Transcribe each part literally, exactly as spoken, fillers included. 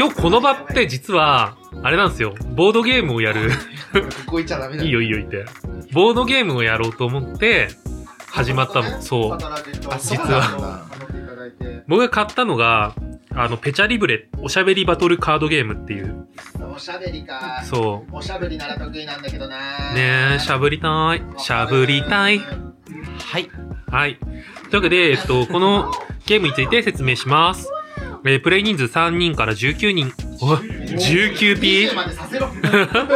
今日この場って実は、あれなんですよ。ボードゲームをやる。 ここ行っちゃダメだよ。 いいよいいよ言って。ボードゲームをやろうと思って始まったの。そう。実は。僕が買ったのが、あの、ペチャリブレ、おしゃべりバトルカードゲームっていう。 おしゃべりか。 そう。 おしゃべりなら得意なんだけどな。 ねえ、しゃぶりたい。しゃぶりたい。 はい。 はい。というわけで、えっと、このゲームについて説明します。えー、プレイ人数さんにんからじゅうきゅうにん。お じゅうきゅうピー? までさせろ。確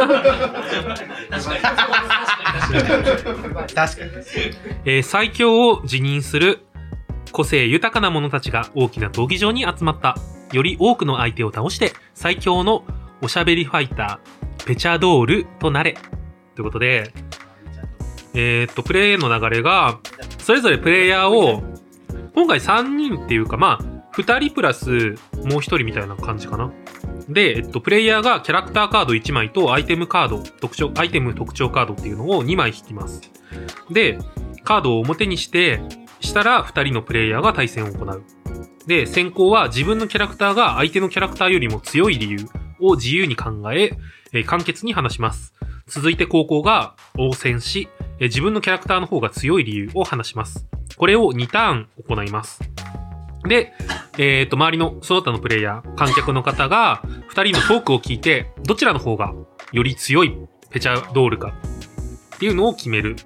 かに。 えー、最強を自認する個性豊かな者たちが大きな闘技場に集まった。より多くの相手を倒して最強のおしゃべりファイター、ペチャドールとなれ。ということで、えー、っと、プレイの流れが、それぞれプレイヤーを、今回さんにんっていうか、まあ、ふたりプラスもうひとりみたいな感じかな。で、えっと、プレイヤーがキャラクターカードいちまいとアイテムカード、特徴、アイテム特徴カードっていうのをにまい引きます。で、カードを表にして、したらふたりのプレイヤーが対戦を行う。で、先行は自分のキャラクターが相手のキャラクターよりも強い理由を自由に考え、えー、簡潔に話します。続いて後攻が応戦し、えー、自分のキャラクターの方が強い理由を話します。これをにターン行います。で、えっと、周りのその他のプレイヤー、観客の方がふたりのトークを聞いて、どちらの方がより強いペチャドールかっていうのを決める。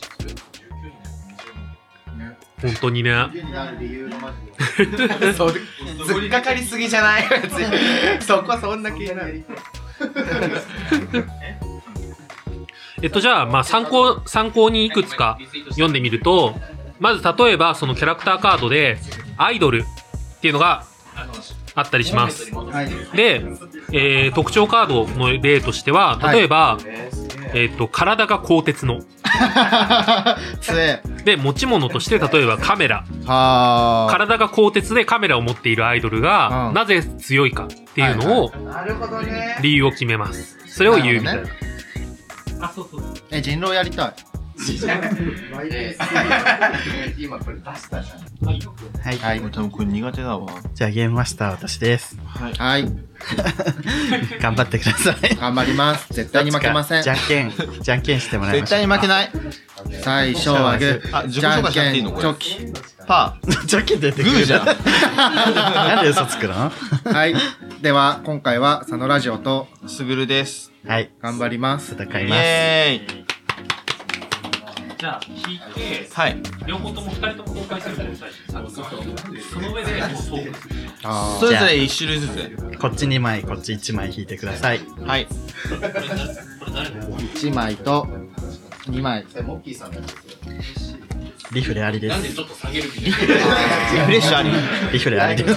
本当にね。 そう、突っかかりすぎじゃないそこそんな気になる。 えっと、じゃあ、まあ、参考、参考にいくつか読んでみると、まず例えば、そのキャラクターカードで、アイドルっていうのがあったりします。で、えー、特徴カードの例としては、例えば、はい、えっと、体が鋼鉄の。で、持ち物として、例えばカメラ。体が鋼鉄でカメラを持っているアイドルが、うん、なぜ強いかっていうのを、理由を決めます。それを言うみたいな。 あ、そうそう。え、人狼やりたい。今これ出したじゃん。はい。はい。多分これ苦手だわ。 じゃあゲームマスター私です。 はい。 頑張ってください。 頑張ります。絶対に負けません。 じゃんけん、じゃんけんしてもらいましょう。 絶対に負けない。最初はグー。じゃんけん、チョキ。パー。 じゃんけん出てくる。 グーじゃん。 なんで嘘つくの？ はい。では、今回は佐野ラジオとすぐるです。 はい。 頑張ります。 戦います。 イエーイ。 じゃあ引いて、 はい、 両方ともふたりとも公開するのを最初にその上でトークする。 それぞれいち種類ずつ。 こっちにまい、こっちいちまい引いてください。 はい。 いちまいとにまい。 リフレありです。 なんでちょっと下げるみたいな。 リフレッシュあり。 リフレありです。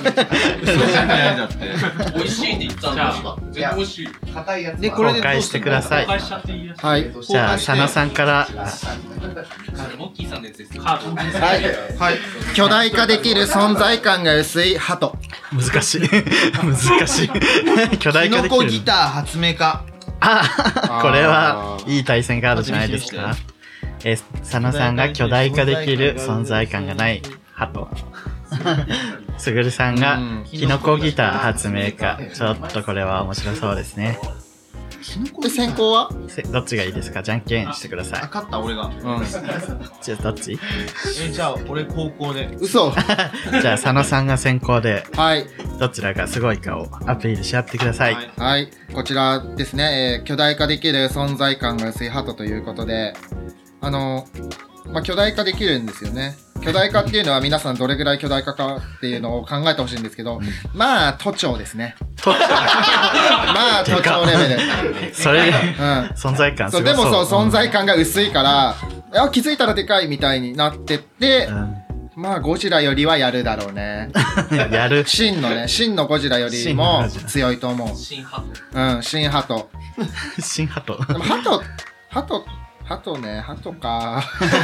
美味しいって言ったんだ。全然美味しい。 硬いやつ。 で、公開してください。 はい。 じゃあ、佐野さんから。 モッキーさんのやつです。カード。 はい。はい。巨大化できる存在感が薄い鳩。 難しい。難しい。巨大化できる。 キノコギター発明家。 あ、これはいい対戦カードじゃないですか。えー、佐野さんが巨大化できる存在感がない鳩。すぐるさんがキノコギター発明家。ちょっとこれは面白そうですね。 で、先行はどっちがいいですか？じゃんけんしてください。 あ、勝った俺が。うん。 じゃあどっち？ え、じゃあ俺高校で。 嘘。 じゃあ佐野さんが先行で。 はい。 どちらがすごいかをアピールし合ってください。 はい。はい、こちらですね、えー、巨大化できる存在感が薄い鳩ということで、あの、まあ、巨大化できるんですよね。巨大化っていうのは皆さんどれぐらい巨大化かっていうのを考えてほしいんですけど、まあ、都庁ですね。 都庁まあ、都庁レベル。 それで、うん、存在感すごそう。 そう、でもそう、存在感が薄いから、いや、気づいたらでかいみたいになってって、うん、まあ、ゴジラよりはやるだろうね。 やる。 真のね、真のゴジラよりも強いと思う。 新ハト。 うん、新ハト。 新ハト。 でも、ハト、ハト、ハトね、ハトか。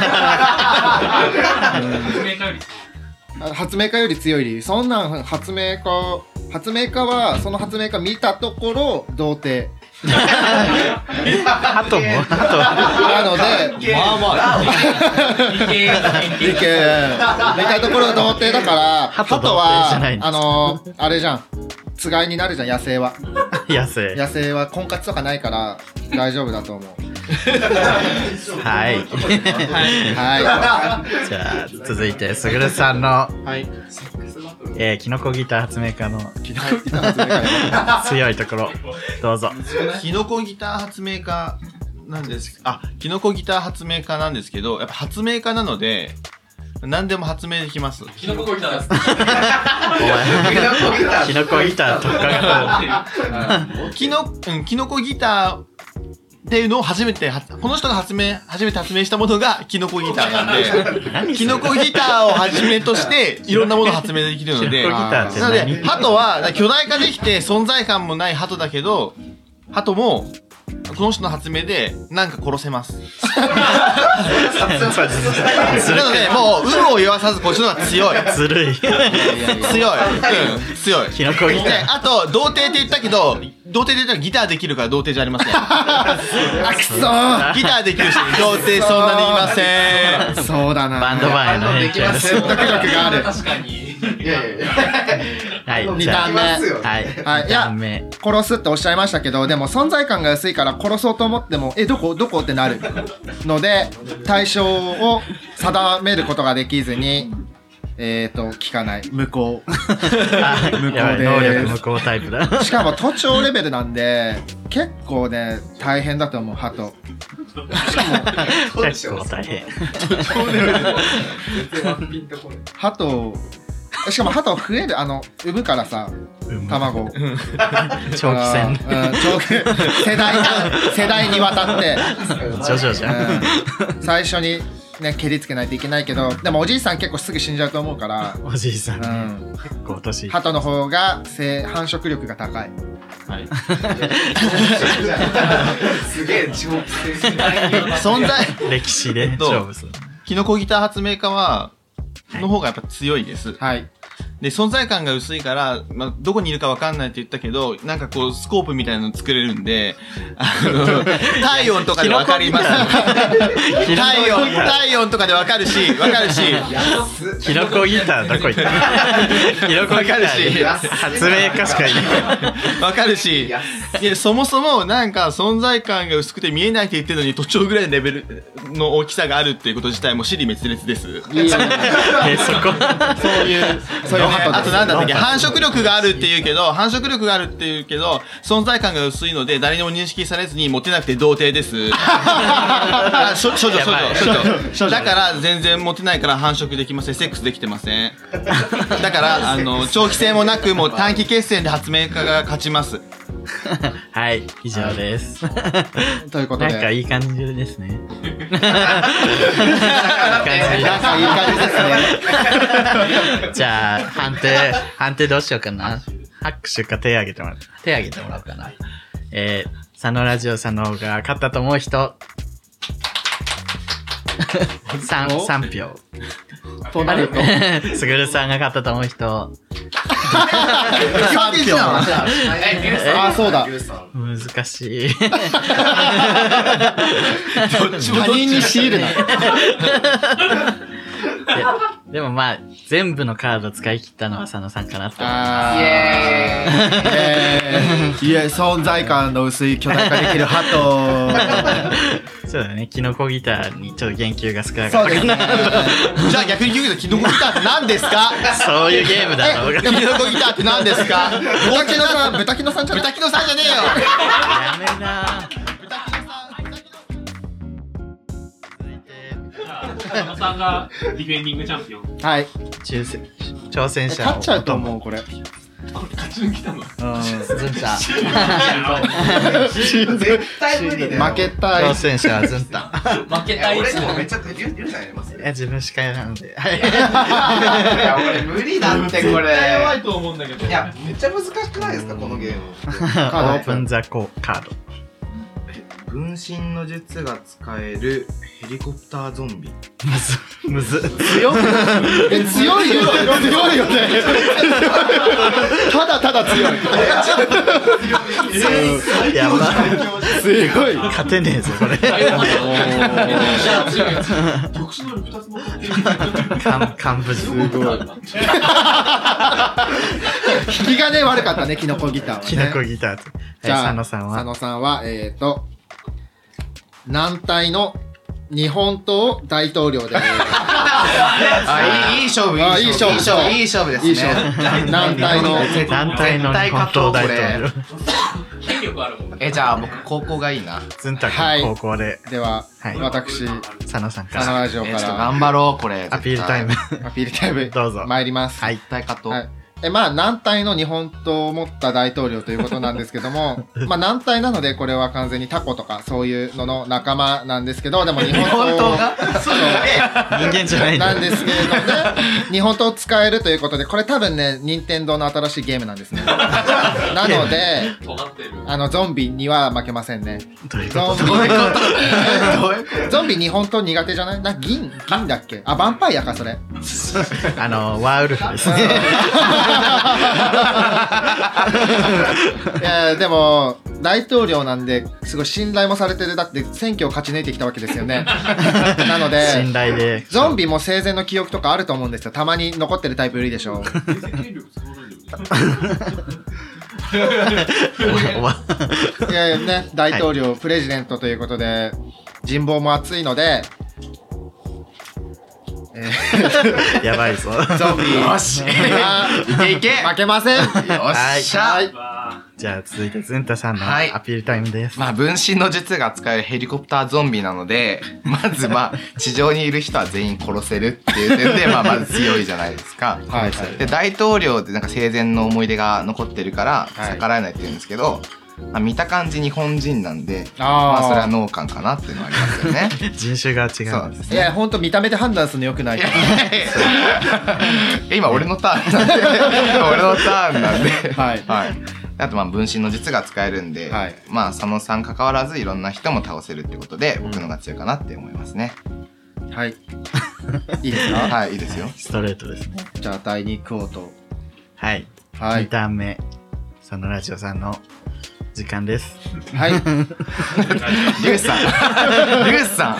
発明家より発明家より強い理由。そんなん発明家、発明家はその発明家見たところ童貞。 ハトもハト。 なので、まあまあ。理系。理系。見たところ童貞だから、ハトは、あの、あれじゃん。 つがいになるじゃん、野生は。 野生。 野生は婚活とかないから大丈夫だと思う。 はい。 はじゃあ、続いて、すぐるさんの、 はい。 えー、キノコギター発明家のい。キノコギター発明家ね強いところ、どうぞ。 キノコギター発明家なんです。あ、キノコギター発明家なんですけど、やっぱ発明家なので、何でも発明できます。 キノコギターです。 お前、キノコギター特化型。 キノ、うん、キノコギターっていうのを初めて、この人が発明、初めて発明したものがキノコギターなんで、キノコギターをはじめとして、いろんなものを発明できるので、 キノコギターってなので、 何？ 鳩は巨大化できて存在感もない鳩だけど、鳩も、この人の発明でなんか殺せます。なので、もう、有無を言わさずこっちの方が強い。 ずるい。 強い。うん、強い。 キノコギタで、あと、童貞って言ったけど、童貞って言ったらギターできるから童貞じゃありません。 あ、くそー。 ギターできるし、童貞そんなにいません。 そうだな。 バンドマンへの偏見です。 説得力がある。 確かに。 はい、 二じゃあ段目。 はい、 はい、い二や段目。 殺すっておっしゃいましたけど、でも存在感が薄いから殺そうと思っても、え、どこどこってなるので、対象を定めることができずに、えーと、聞かない。無効。 あ、やばい、能力無効タイプだ。 しかも都庁レベルなんで、結構ね、大変だと思う、鳩。 結構大変。 鳩、しかも鳩増える、あの、産むからさ、卵。 長期戦。 うん、長期、世代が、世代にわたって。 ジョジョじゃん。 うん、最初にね、蹴りつけないといけないけど、でもおじいさん結構すぐ死んじゃうと思うから、 おじいさん。 うん、 結構年。 鳩の方が生繁殖力が高い。 はい。 すげえ長期戦。 存在、 歴史で勝負する。 キノコギター発明家は、の方がやっぱ強いです。 はい。 で、存在感が薄いから、まあ、どこにいるかわかんないって言ったけど、なんかこう、スコープみたいなの作れるんで、あの、体温とかでわかります。体温、体温とかでわかるし、わかるし、 キノコギターどこ行ったキノコギター発明家しかいない。 わかるし、いや、そもそもなんか存在感が薄くて見えないって言ってるのに、途中ぐらいのレベルの大きさがあるっていうこと自体も尻滅裂です。 え、そこそういう、そういう鳩です。 あとなんだったっけ、繁殖力があるって言うけど、繁殖力があるって言うけど、存在感が薄いので、誰にも認識されずにモテなくて童貞です。あ、処女、処女、処女。だから全然モテないから繁殖できません。セックスできてません。だから、あの、長期戦もなく、もう短期決戦で発明家が勝ちます。 はい、以上です。 ということで。 なんかいい感じですね。 なんかいい感じですね。 じゃあ、判定、判定どうしようかな。拍手か手挙げてもらう。手挙げてもらおうかな。えー、佐野ラジオ佐野が勝ったと思う人、さん、さんぴょう。 となると。 すぐるさんが勝ったと思う人、 さんぴょう。あ、そうだ。 難しい。 他人に強いるな。 でもまあ、全部のカード使い切ったのは佐野さんかなって思います。 あー、イエーイ。いえ、存在感の薄い巨大化できる鳩。 そうだね、キノコギターにちょっと言及が少なかったかな。 じゃあ逆に言うけど、キノコギターって何ですか？ そういうゲームだろうが。 キノコギターって何ですか？ 豚キノさん、豚キノさんじゃない？ 豚キノさんじゃねえよ。 やめな。 佐野さんがディフェンディングチャンピオン。 はい。 抽選、挑戦者を。 勝っちゃうと思う、これ。 これ勝ち抜きたの。 うん。 ズンタ。 絶対無理だよ。 負けたい。 挑戦者はズンタ。 負けたい。 俺でもめっちゃリュウさんやりますよ。 いや、自分しかやらんで。はい。 いや、俺無理だってこれ。 弱いと思うんだけど。 いや、めっちゃ難しくないですかこのゲーム。 オープンザコーカード。 分身の術が使えるヘリコプターゾンビ。 むず。 強いえ強いよね強いよねただただ強いやば。 強い勝てねえぞ、これ。カン、カンブジ。 引きがね悪かったね、キノコギターはね。 キノコギターと。 じゃあ、 佐野さんは佐野さんは、えーと、南体の日本刀大統領で。 あ、いい、いい勝負、 あいい勝負いい勝負ですね。 いい勝負。南体の。 団体の日本刀大統領。 権力あるもんね。 え、じゃあ僕、高校がいいな。 ずんたくはい高校で、 では、 はい私、 佐野さんか佐野らラジオかえちょっとら頑張ろう、これ。 アピールタイム。 アピールタイム、 どうぞ参ります。 はい。 絶対勝とう。 はい。え、まあ、南体の日本刀を持った大統領ということなんですけども、まあ、南体なので、これは完全にタコとか、そういうのの仲間なんですけど、でも日本刀本当がそう人間じゃないんだなんですけれどもね、日本刀を使えるということで、これ多分ね、任天堂の新しいゲームなんですね。なので、 尖ってる。 あの、ゾンビには負けませんね。 どういうことゾンビ、 どういうことゾンビ日本刀苦手じゃないな、銀、銀だっけあ、ヴァンパイアか、それ。 あの、ワーウルフですね。 いやでも大統領なんですごい信頼もされてる。だって選挙を勝ち抜いてきたわけですよね。なので信頼で。 ゾンビも生前の記憶とかあると思うんですよ。たまに残ってるタイプよりでしょう。 おわいやいやね、大統領、プレジデントということで人望も厚いので、えーやばいぞ。 ゾンビよし。いけいけ。 負けません。 よっしゃ。 はいじゃあ続いてずんたさんのはいアピールタイムです。 まあ、分身の術が使えるヘリコプターゾンビなので、まずまあ、地上にいる人は全員殺せるっていう点で、まあ、まず強いじゃないですか。 はいはいで、大統領ってなんか生前の思い出が残ってるから、 はい逆らえないって言うんですけど、まあ、見た感じ日本人なんで、 あーまあ、それは農家かなっていうのはありますよね。 人種が違うんです。 いやほんと見た目で判断するのよくないから。 え今俺のターンなんで、俺のターンなんで、 はいはい。あとまあ分身の術が使えるんで、 はいまあ佐野さん関わらずいろんな人も倒せるってことで、僕のが強いかなって思いますね。 はい。いいですかはい、いいですよ。 ストレートですね。 じゃあ第にクォート。 はい。 はいにターン目、そのラジオさんの時間です。 はい。 リュウさん。リュウさん。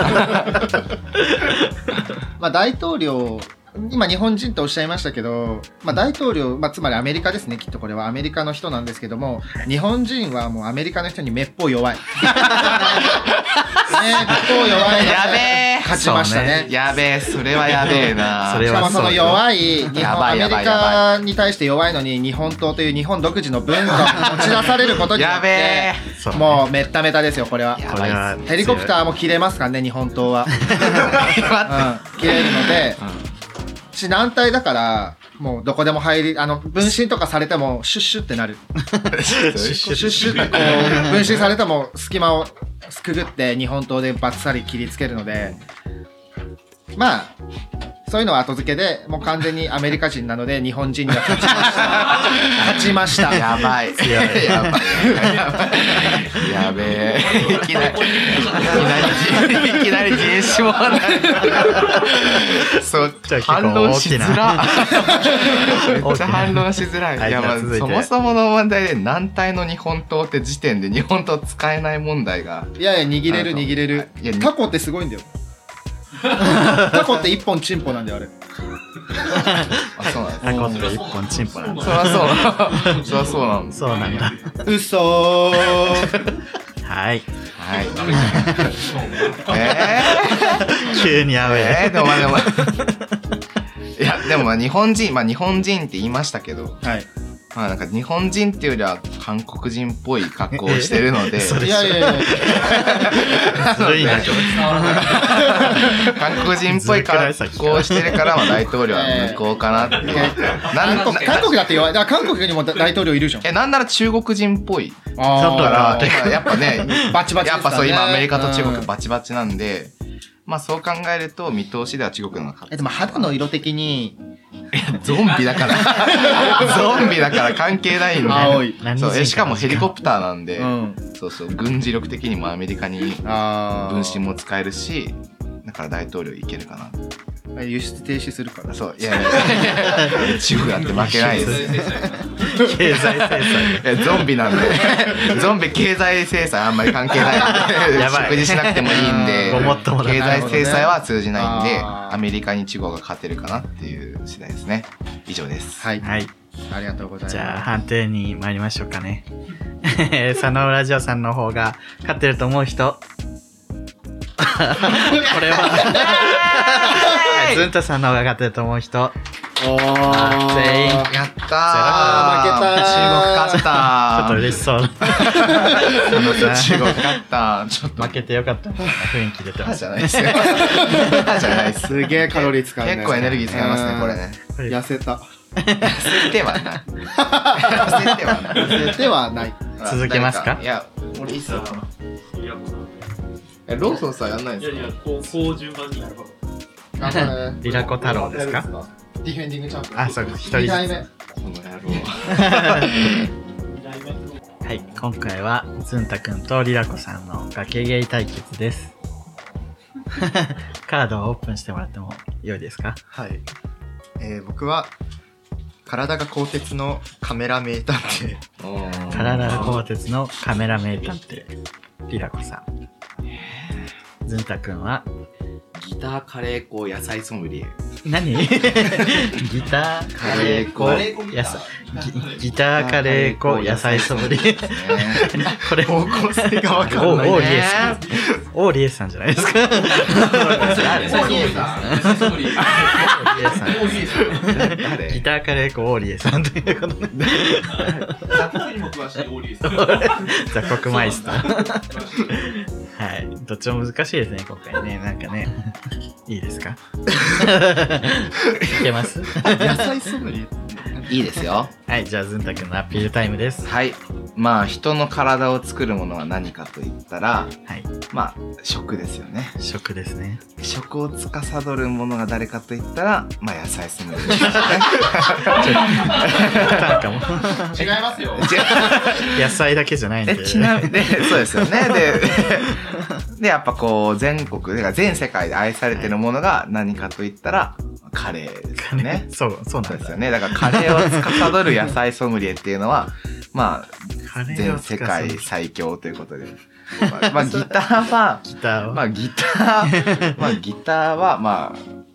まあ大統領、今日本人とおっしゃいましたけど、まあ大統領、まあつまりアメリカですね、きっとこれはアメリカの人なんですけども、日本人はもうアメリカの人にめっぽう弱い。めっぽう弱いのでやべえ勝ちましたね。 やべえ、それはやべえな。 それはしかもその弱い、日本、アメリやばいやばいカに対して弱いのに日本刀という日本独自の文化を持ち出されることによっやべえて、。 そうねもうめっためたですよ、これは。 やこれはヘリコプターも切れますからね、日本刀は。うん、切れるので、し軟体だから、もうどこでも入り、あの、分身とかされても、シュッシュってなる。シュッシュってこう、分身されても隙間をくぐって日本刀でバッサリ切りつけるので、まあ、そういうのは後付けで、もう完全にアメリカ人なので、日本人には勝ちました。勝ちました。 やばい。 強いやばい。やばい。やべえ。いきなり、いきなり人種問題。そうじゃあ、結構反論しづら。め大きなっちゃ反論しづらい。 はいいや、まあ、 じゃあ続いてそもそもの問題で、軟体の日本刀って時点で日本刀使えない問題が。 いやいや、握れる握れるいや。 タコってすごいんだよ。タコって一本チンポなんだよ、あれ。 あ、そうなんです。 タコって一本チンポなんだ。 そりゃそうな。そりゃそうなんです。 そうなんだ。 うそー。 はい。 はい。え急にアウー、えー、 ェー。 でもまあでも。いや、でもまあ日本人、まあ日本人って言いましたけど、 はい。 まあなんか日本人っていうよりは韓国人っぽい格好をしてるので、 それいやいやいや。 ずるいな、こ韓国人っぽい格好をしてるから、まあ大統領は向こうかなって。なん韓国、韓国だって弱い。だから韓国にも大統領いるじゃん。 え、なんなら中国人っぽい。 あちょっとだから、 待まあやっぱね、 バチバチですからねやっぱそう今アメリカと中うん国バチバチなんで、まあそう考えると見通しでは中国の方が勝つえ、でも肌の色的に、 ゾンビだからゾンビだから関係ないんで青い。 そうえしかもヘリコプターなんで、 うん。 そうそう軍事力的にもアメリカにあ分身も使えるしだから大統領いけるかなあ。輸出停止するから。 そういやいやいや中国だって負けないです経済制裁。 いやゾンビなんでゾンビ経済制裁あんまり関係ないんでやばい食事しなくてもいいんでごもっともだ経済制裁は通じないんで、 あーアメリカに中国が勝てるかなっていう次第ですね。以上です。 はい。 はい。 ありがとうございます。 じゃあ判定に参りましょうかね。佐野ラジオさんの方が勝ってると思う人。これはずんたさんの方が勝ってると思う人。 おー。 全員やったー。 負けたー中国勝ったー。 ちょっと嬉しそうな。 中国勝ったー。ちょっと負けてよかったみたいな雰囲気出てますじゃないですよ。じゃないです。 すげえカロリー使うね。 結構エネルギー使いますね、これね。 これ痩せた。 痩せてはない。痩せてはない。 痩せてはない。 続けますかいや、俺いいっすよ。え、ローソンさんやんないんですかいやいや、こう、こう順番に。 頑張れ。 リラコ太郎ですか？ ディフェンディングチャンピオン。 あ、そうか、一人二代目。 この野郎。 はい、今回はずんたくんとリラコさんの崖ゲイ対決です。カードをオープンしてもらってもよいですか？ はい、えー、僕は体が鋼鉄のカメラ名探偵。 体が鋼鉄のカメラ名探偵リラコさん。ずんたくんはギター、カレー粉、野菜ソムリエ。 何？ギターカレー粉野菜ギギターカレー粉野菜ソムリエ。これ方向性がわかんないオーリエさん。オーリエさんじゃないですか？ オーリエさん。ソムリエ。 オーリエさん。 誰ギターカレー粉オーリエさんということで。 雑穀にも詳しいオーリエさん。 雑穀マイスター。はい。どっちも難しいですね、今回ね。なんかね。いいですか？いけます？ 野菜ソムリエ。 いいですよ。 はい、じゃあ、ずんたくんのアピールタイムです。 はい。まあ、人の体を作るものは何かと言ったら、 はい。 まあ、食ですよね。 食ですね。 食を司るものが誰かと言ったら、まあ、野菜ソムリエですよね。 なんかも違いますよ。 野菜だけじゃないんで。 でちなみに、でそうですよね。で、で、やっぱこう、全国、だから全世界で愛されてるものが何かと言ったら、カレーですよね。 そう、そうなんだそうですよ。ね。だからカレーを司る野菜ソムリエっていうのは、まあ、 カレー全を世界最強ということで。まあ、まあ、ギターは、 ギターを。 まあギター、まあギターは、まあ、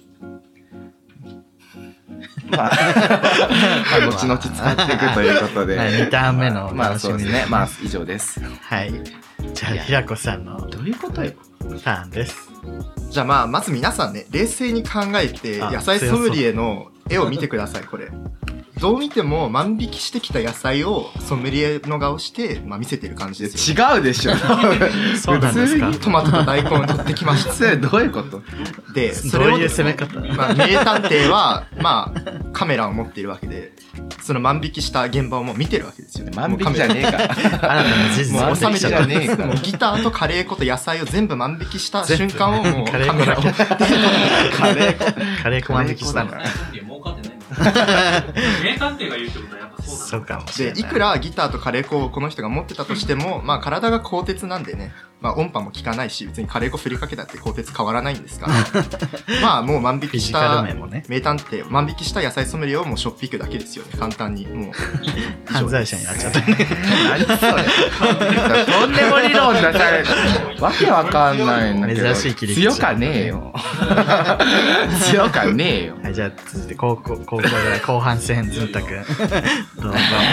まあ、まあ、後々使っていくということで。 はいにターン目のまあ楽しみですそうですね。まあ以上です。 はい。じゃあ、ひらこさんのどういうことよ。 ターンです。 じゃあまあまず皆さんね、冷静に考えてあ野菜ソムリエの絵を見てください。これどう見ても万引きしてきた野菜をソムリエの顔して、まあ、見せてる感じですよ。 違うでしょ。 そうなんですか？ トマトと大根を取ってきました。 それどういうことで、それをどういう攻め方？ まあ、名探偵は、まあ、カメラを持っているわけで、その万引きした現場をもう見てるわけですよ。 万引きじゃねえから。 新たな事実をもう収めちゃねえからもうギターとカレー粉と野菜を全部万引きした瞬間をもうカレーカメラを持ってカレー粉。カレー粉万引きしたんだ。 儲かってないんだ。名探偵が言うってことはやっぱそうなんだ。 そうかもしれで、 ない。 いくらギターとカレー粉をこの人が持ってたとしても、まあ体が鋼鉄なんでね、まあ音波も効かないし、別にカレー粉振りかけたって鋼鉄変わらないんですから、まあもう万引きしフィジカルた面もね。 名探偵、万引きした野菜ソムリエをもうしょっぴくだけですよね、簡単に。もう。 犯罪者になっちゃったね。 何それ。とんでも理論出される。わけわかんないんだけど。 珍しい切り口強かねえよ。強かねえよ。 はい、じゃあ続いて高校、高校じゃない、後半戦、ずんたくん。どうぞ。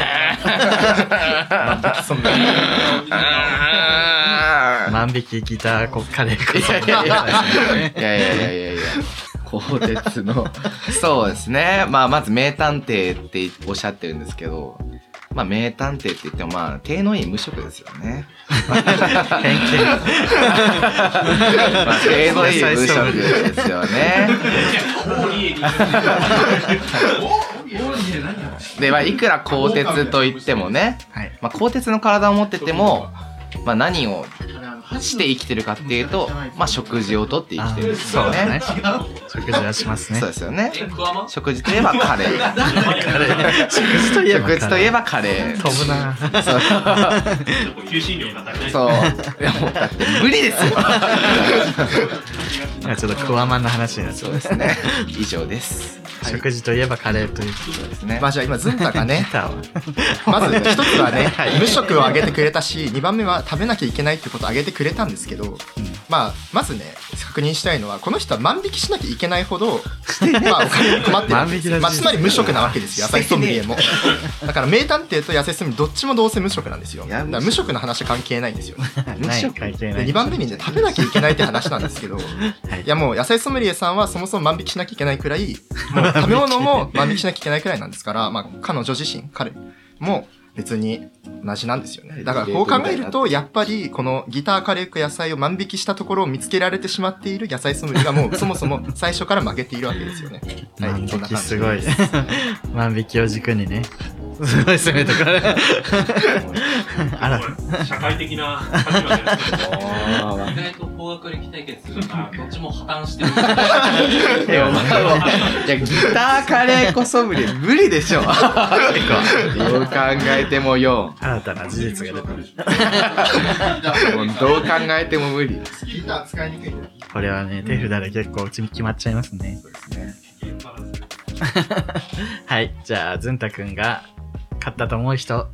万引きギター、こカレー粉。 いやいやいやいやいやいやいやいや。鋼鉄の。そうですね。まあ、まず名探偵っておっしゃってるんですけど、まあ、名探偵って言っても、まあ、手のいい無職ですよね。 偏見。 まあ、手のいい無職ですよね。 オーリエに。オーリエ何や。 で、まあ、いくら鋼鉄と言ってもね、 はい。 まあ、鋼鉄の体を持ってても、まあ、何をして生きてるかっていうと、まあ食事をとって生きてるんですよそうだねね。 食事はしますねそうですよね。 え、クワマ食事といえばカレー。 食事といえば食事といえばカレー。 飛ぶなそう。 求心力が高い。 そう。いやもうだって無理ですよ。 今ちょっとクワマンの話になっちゃそううですね。以上です。 食事といえばカレーというそうですねま。あじゃあ今ズンタがねギターはまず一つはね、 はい無職を挙げてくれたし、にばんめは食べなきゃいけないってことを挙げてくれたんですけど、まあ、まずね、確認したいのは、この人は万引きしなきゃいけないほど、まあ、お金に困ってるわけです。 万引きだしまあ、つまり無職なわけですよ、野菜ソムリエも。だから、名探偵と野菜ソムリエ、どっちもどうせ無職なんですよ。 いやだから無職の話関係ないんですよ。 ない関係なで、 いにばんめにね、食べなきゃいけないって話なんですけど、いやもう野菜ソムリエさんはそもそも万引きしなきゃいけないくらい、もう食べ物も万引きしなきゃいけないくらいなんですから、まあ彼女自身、彼も別に同じなんですよね。だからこう考えると、やっぱりこのギターカレーク野菜を万引きしたところを見つけられてしまっている野菜ソムリエがもうそもそも最初から負けているわけですよね。はい、 万引こんな感じきすごい万引きを軸にねすごい攻めてくるあら社会的な立場ですけど。 あ意外と高学歴対決、あどっちも破綻してる。 ーいや、まあいや、ギターカレー粉ソムリエ無理でしょ。どう考えてもよ。 新たな事実が出てるもうどう考えても無理。 ギター使いにくいんだよ。 これはね手札で結構うち決まっちゃいますねはいじゃあずんたくんが勝ったと思う人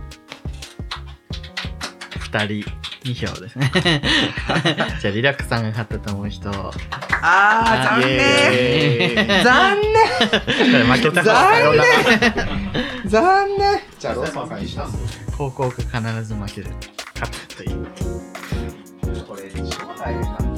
ふたりに票ですねじゃあリラックさんが勝ったと思う人あー、残イエーイ念残念これ負けた残念残念じゃあローソンさんにします。 高校が必ず負ける勝ったというこれ、将来